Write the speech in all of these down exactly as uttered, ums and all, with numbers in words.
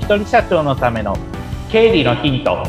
人社長のための経理のヒント。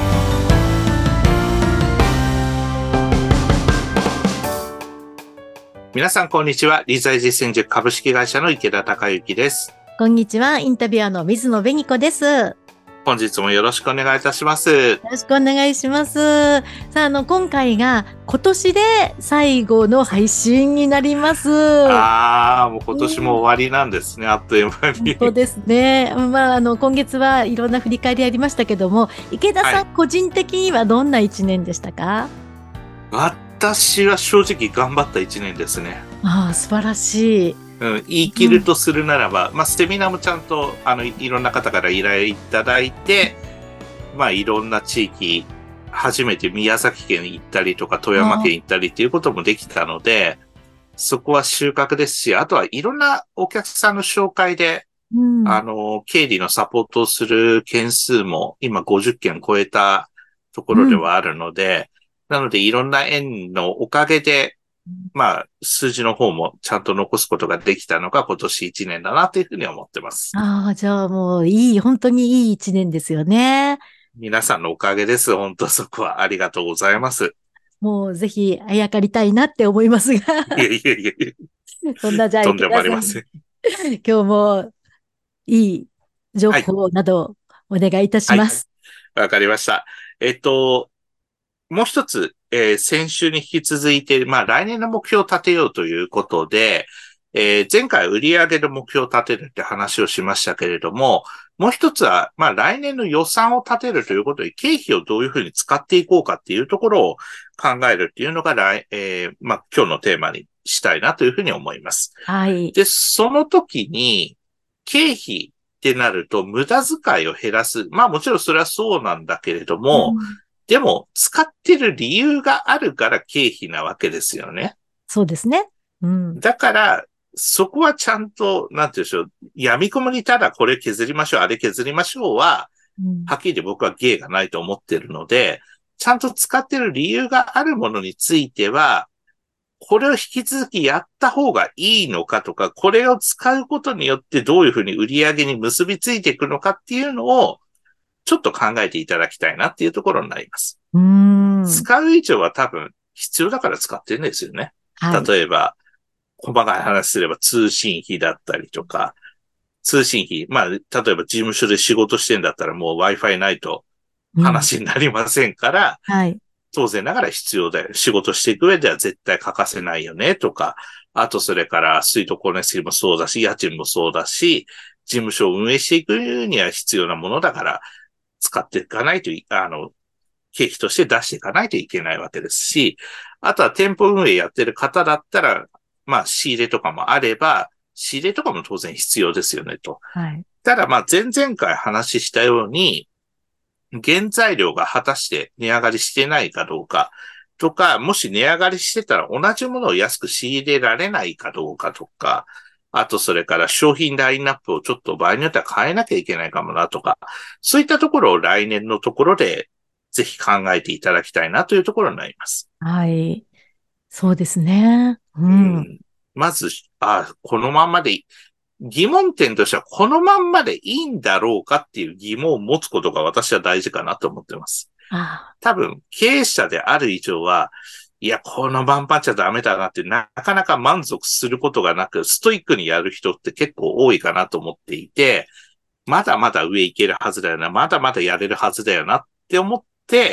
皆さんこんにちは。理財実践塾株式会社の池田孝之です。 こんにちは。インタビュアーの水野紅子です。 本日もよろしくお願いいたします。 よろしくお願いします。さあ、あの今回が今年で最後の配信になります。 ああ、もう今年も終わりなんですね。うん、あっという間に。 そうですね。まああの今月はいろんな振り返りありましたけども、池田さん、はい、個人的にはどんな一年でしたか？ 私は正直頑張った一年ですね。 ああ、素晴らしい。 うん、言い切るとするならば、うん、まあ、セミナーもちゃんと、あの、いろんな方から依頼いただいて、まあ、いろんな地域、初めて宮崎県行ったりとか、富山県行ったりっていうこともできたので、そこは収穫ですし、あとはいろんなお客さんの紹介で、うん、あの、経理のサポートをする件数も今ごじゅっけん超えたところではあるので、うん、なのでいろんな縁のおかげで、まあ、数字の方もちゃんと残すことができたのが今年一年だなというふうに思ってます。 ああ、じゃあもういい、本当にいい一年ですよね。 皆さんのおかげです。本当そこはありがとうございます。 もうぜひあやかりたいなって思いますが。 いえいえいえ。 そんなじゃあ、 とんでもありません。 今日もいい情報などお願いいたします。 わ、はい、かりました。えっと、もう一つ、えー、先週に引き続いて、まあ来年の目標を立てようということで、えー、前回売上の目標を立てるって話をしましたけれども、もう一つは、まあ来年の予算を立てるということで、経費をどういうふうに使っていこうかっていうところを考えるっていうのが来、えー、まあ今日のテーマにしたいなというふうに思います。 はい。 で、その時に、経費ってなると無駄遣いを減らす。まあもちろんそれはそうなんだけれども、うん、でも使ってる理由があるから経費なわけですよね。 そうですね。うん。 だから、そこはちゃんと、なんていうんでしょう、闇雲にただこれ削りましょう、あれ削りましょうは、うん、はっきり僕は芸がないと思ってるので、ちゃんと使ってる理由があるものについては、これを引き続きやった方がいいのかとか、これを使うことによってどういうふうに売り上げに結びついていくのかっていうのを、ちょっと考えていただきたいなっていうところになります。 うーん。 使う以上は多分必要だから使ってるんですよね。はい、例えば、細かい話すれば通信費だったりとか、通信費、まあ、例えば事務所で仕事してんだったらもう Wi-Fi ないと話になりませんから、 うん、はい。 当然ながら必要だよ。仕事していく上では絶対欠かせないよね、とか。あと、それから水道光熱費もそうだし、家賃もそうだし、事務所を運営していくには必要なものだから、使っていかないと、あの、経費として出していかないといけないわけですし、あとは店舗運営やってる方だったら、まあ、仕入れとかもあれば、仕入れとかも当然必要ですよね、と。 はい。 ただ、まあ、前々回話したように、原材料が果たして値上がりしてないかどうかとか、もし値上がりしてたら同じものを安く仕入れられないかどうかとか、あとそれから商品ラインナップをちょっと場合によっては変えなきゃいけないかもなとか、そういったところを来年のところでぜひ考えていただきたいなというところになります。 はい。そうですね。うん。 うん、まず、あ、このまんまでいい。疑問点としては、このまんまでいいんだろうかっていう疑問を持つことが私は大事かなと思ってます。 ああ、 多分、経営者である以上は、いや、このまんまじゃダメだなって、なかなか満足することがなく、ストイックにやる人って結構多いかなと思っていて、まだまだ上行けるはずだよな、まだまだやれるはずだよなって思って、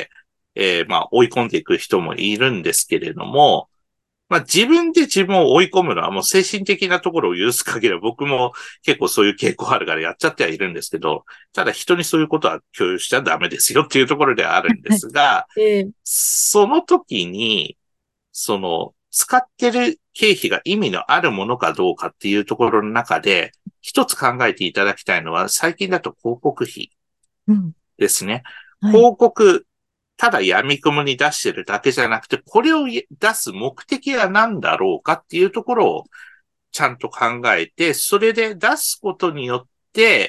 えー、まあ追い込んでいく人もいるんですけれども、まあ自分で自分を追い込むのはもう精神的なところを許す限りは僕も結構そういう傾向あるからやっちゃってはいるんですけど、ただ人にそういうことは共有しちゃダメですよっていうところではあるんですが、 えー、 その時に、その使ってる経費が意味のあるものかどうかっていうところの中で、一つ考えていただきたいのは最近だと広告費ですね。うん、はい、広告、ただ闇雲に出してるだけじゃなくて、これを出す目的は何だろうかっていうところをちゃんと考えて、それで出すことによって、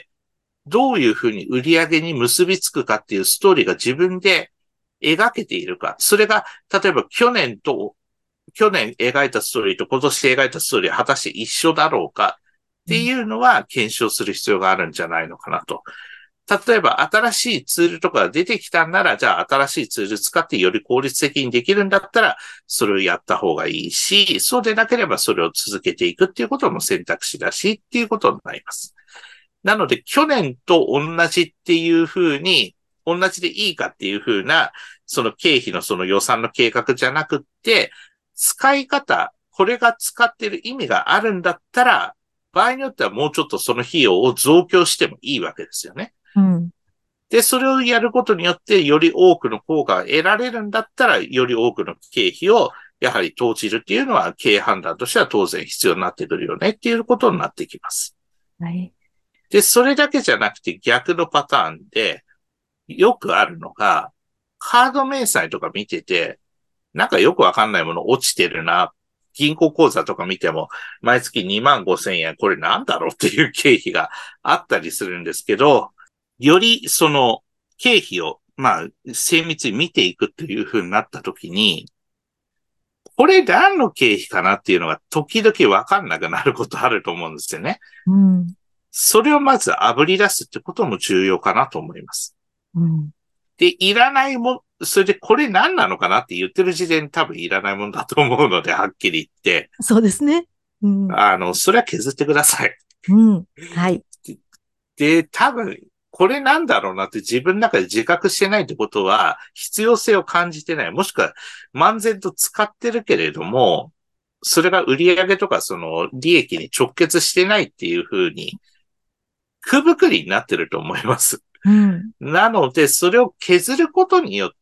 どういうふうに売り上げに結びつくかっていうストーリーが自分で描けているか。それが、例えば去年と、去年描いたストーリーと今年描いたストーリーは果たして一緒だろうかっていうのは検証する必要があるんじゃないのかなと。 例えば新しいツールとかが出てきたんなら、じゃあ新しいツール使ってより効率的にできるんだったら、それをやった方がいいし、そうでなければそれを続けていくっていうことも選択肢だしっていうことになります。なので、去年と同じっていうふうに、同じでいいかっていうふうな、その経費のその予算の計画じゃなくって、使い方、これが使ってる意味があるんだったら、場合によってはもうちょっとその費用を増強してもいいわけですよね。 うん。 で、それをやることによって、より多くの効果が得られるんだったら、より多くの経費を、やはり投じるっていうのは、経営判断としては当然必要になってくるよねっていうことになってきます。 はい。 で、それだけじゃなくて逆のパターンで、よくあるのが、カード明細とか見てて、なんかよくわかんないもの落ちてるな。銀行口座とか見ても、毎月にまんごせんえん、これなんだろうっていう経費があったりするんですけど、よりその経費を、まあ、精密に見ていくっていう風になったときに、これ何の経費かなっていうのが時々わかんなくなることあると思うんですよね。 うん。 それをまず炙り出すってことも重要かなと思います。 うん。 で、いらないもん、それでこれ何なのかなって言ってる時点で多分いらないもんだと思うので、はっきり言って。 そうですね。うん。 あの、それは削ってください。 うん。はい。 で、多分、これなんだろうなって自分の中で自覚してないってことは、必要性を感じてない。もしくは、漫然と使ってるけれども、それが売上とかその利益に直結してないっていうふうに、くぶくりになってると思います。 うん。 なので、それを削ることによって、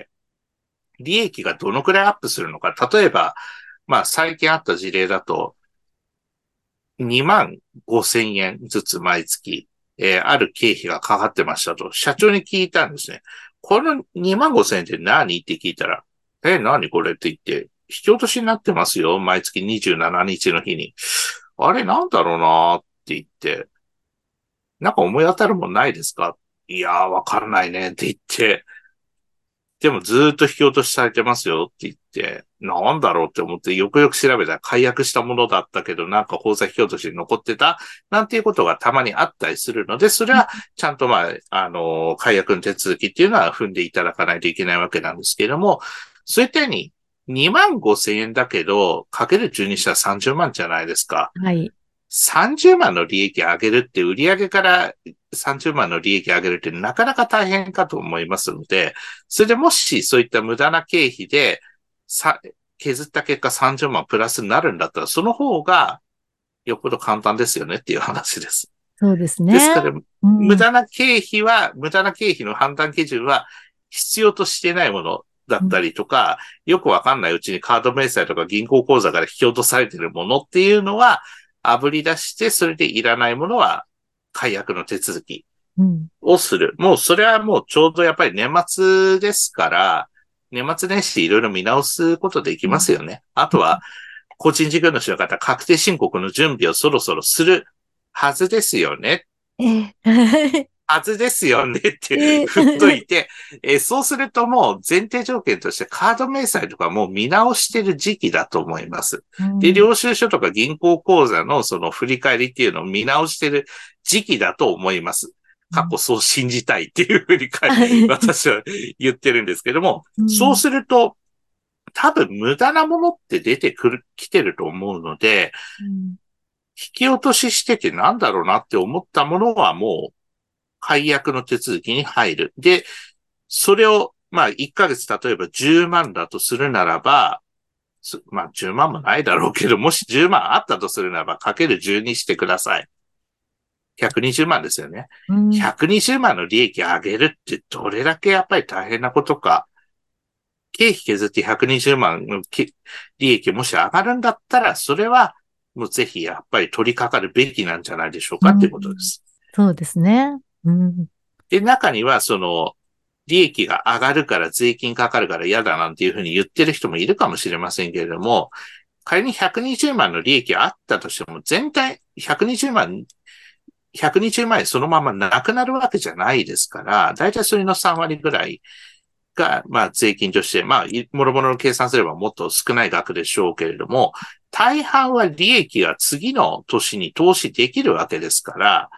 利益がどのくらいアップするのか。例えば、まあ最近あった事例だと、にまんごせんえんずつ毎月、えーある経費がかかってましたと、社長に聞いたんですね。このにまんごせんえんって何って聞いたら、え、何これって言って、引き落としになってますよ。毎月にじゅうしちにちの日に。あれなんだろうなって言って、なんか思い当たるもんないですか？いやー、わかんないねって言って、でもずーっと引き落としされてますよって言って、なんだろうって思ってよくよく調べたら解約したものだったけど、なんか口座引き落としに残ってたなんていうことがたまにあったりするので、それはちゃんとまあ、あの、解約の手続きっていうのは踏んでいただかないといけないわけなんですけれども、そういったようににまんごせんえんだけど、かけるじゅうにしたらさんじゅうまんじゃないですか。 はい。 さんじゅうまんの利益上げるって売上からさんじゅうまんの利益上げるってなかなか大変かと思いますので、それでもしそういった無駄な経費でさ削った結果さんじゅうまんプラスになるんだったら、その方がよっぽど簡単ですよねっていう話です。 そうですね。 ですから、 うん。 無駄な経費は、無駄な経費の判断基準は必要としていないものだったりとか、よくわかんないうちにカード明細とか銀行口座から引き落とされているものっていうのは、炙り出して、それでいらないものは解約の手続きうん。 をする。もうそれはもうちょうどやっぱり年末ですから、年末年始いろいろ見直すことできますよね。あとは、個人事業主の方、確定申告の準備をそろそろするはずですよね。 ええ。 はずですよねってえ振っといえ。 て、えーそうするともう前提条件としてカード明細とかもう見直してる時期だと思います。で、 うん。 領収書とか銀行口座のその振り返りっていうのを見直してる時期だと思います。過去そう信じたいっていうふうにか私は言ってるんですけども、 うん。 そうすると多分無駄なものって出てくる、来てると思うので、 うん。 引き落とししててなんだろうなって思ったものはもう解約の手続きに入る。で、それを、まあ、いっかげつ、例えばじゅうまんだとするならば、まあ、じゅうまんもないだろうけど、もしじゅうまんあったとするならば、かけるじゅうにしてください。ひゃくにじゅうまんですよね。 うん。 ひゃくにじゅうまんの利益上げるってどれだけやっぱり大変なことか。経費削ってひゃくにじゅうまんの利益もし上がるんだったら、それはもうぜひやっぱり取り掛かるべきなんじゃないでしょうかっていうことです。 そうですね。うん。 で、中にはその、利益が上がるから税金かかるから嫌だなんていうふうに言ってる人もいるかもしれませんけれども、仮にひゃくにじゅうまんの利益があったとしても、全体ひゃくにじゅうまん、ひゃくにじゅうまん円そのままなくなるわけじゃないですから、だいたいそれのさんわりぐらいが、まあ税金として、まあ、もろもろの計算すればもっと少ない額でしょうけれども、大半は利益が次の年に投資できるわけですから、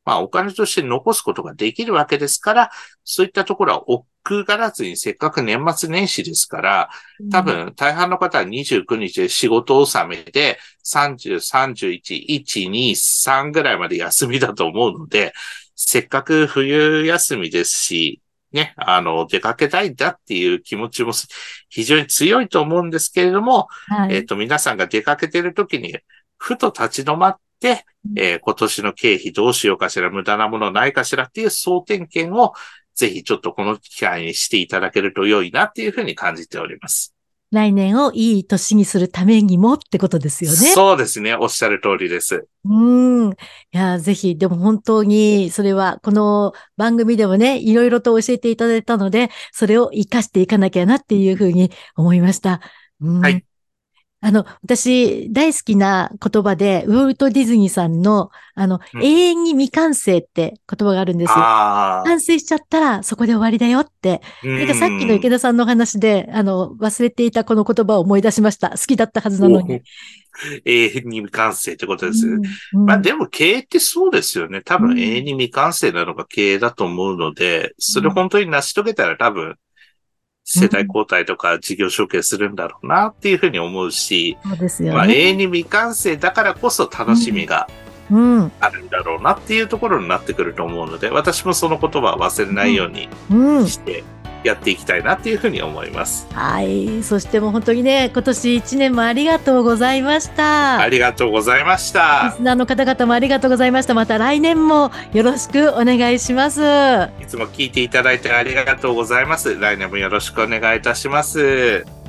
まあお金として残すことができるわけですから、そういったところは億劫がらずにせっかく年末年始ですから、多分大半の方はにじゅうくにちで仕事納めでさんじゅう、さんじゅういち、いち、に、さんぐらいまで休みだと思うので、せっかく冬休みですし、ね、あの、出かけたいんだっていう気持ちも非常に強いと思うんですけれども、 はい、 えっと、皆さんが出かけてるときに、ふと立ち止まって、えー、今年の経費どうしようかしら、無駄なものないかしらっていう総点検を、ぜひちょっとこの機会にしていただけると良いなっていうふうに感じております。 来年をいい年にするためにもってことですよね。 そうですね。おっしゃる通りです。 うん。いや、ぜひ、でも本当に、それは、この番組でもね、いろいろと教えていただいたので、それを活かしていかなきゃなっていうふうに思いました。うん、 はい。 あの、私、大好きな言葉で、ウォルト・ディズニーさんの、あの、 うん、 永遠に未完成って言葉があるんです。 ああ。 完成しちゃったら、そこで終わりだよって。 うなんかさっきの池ん。 田さんの話で、あの、忘れていたこの言葉を思い出しました。好きだったはずなのに。 永遠に未完成ってことです。 うん、うん、 まあでも経営ってそうですよね。多うん、 分永遠に未完成なのが経営だと思うので、それ本当に成し遂げたら多分、世代交代とか事業承継するんだろうなっていうふうに思うし、 そうですよね。 まあ永遠に未完成だからこそ楽しみがあるんだろうなっていうところになってくると思うので、私もその言葉を忘れないようにしてやっていきたいなっていうふうに思います。 うん、はい。そしてもう本当にね、今年一年もありがとうございました。 ありがとうございました。 リスナーの方々もありがとうございました。また来年もよろしくお願いします。 いつも聞いていただいてありがとうございます。来年もよろしくお願いいたします。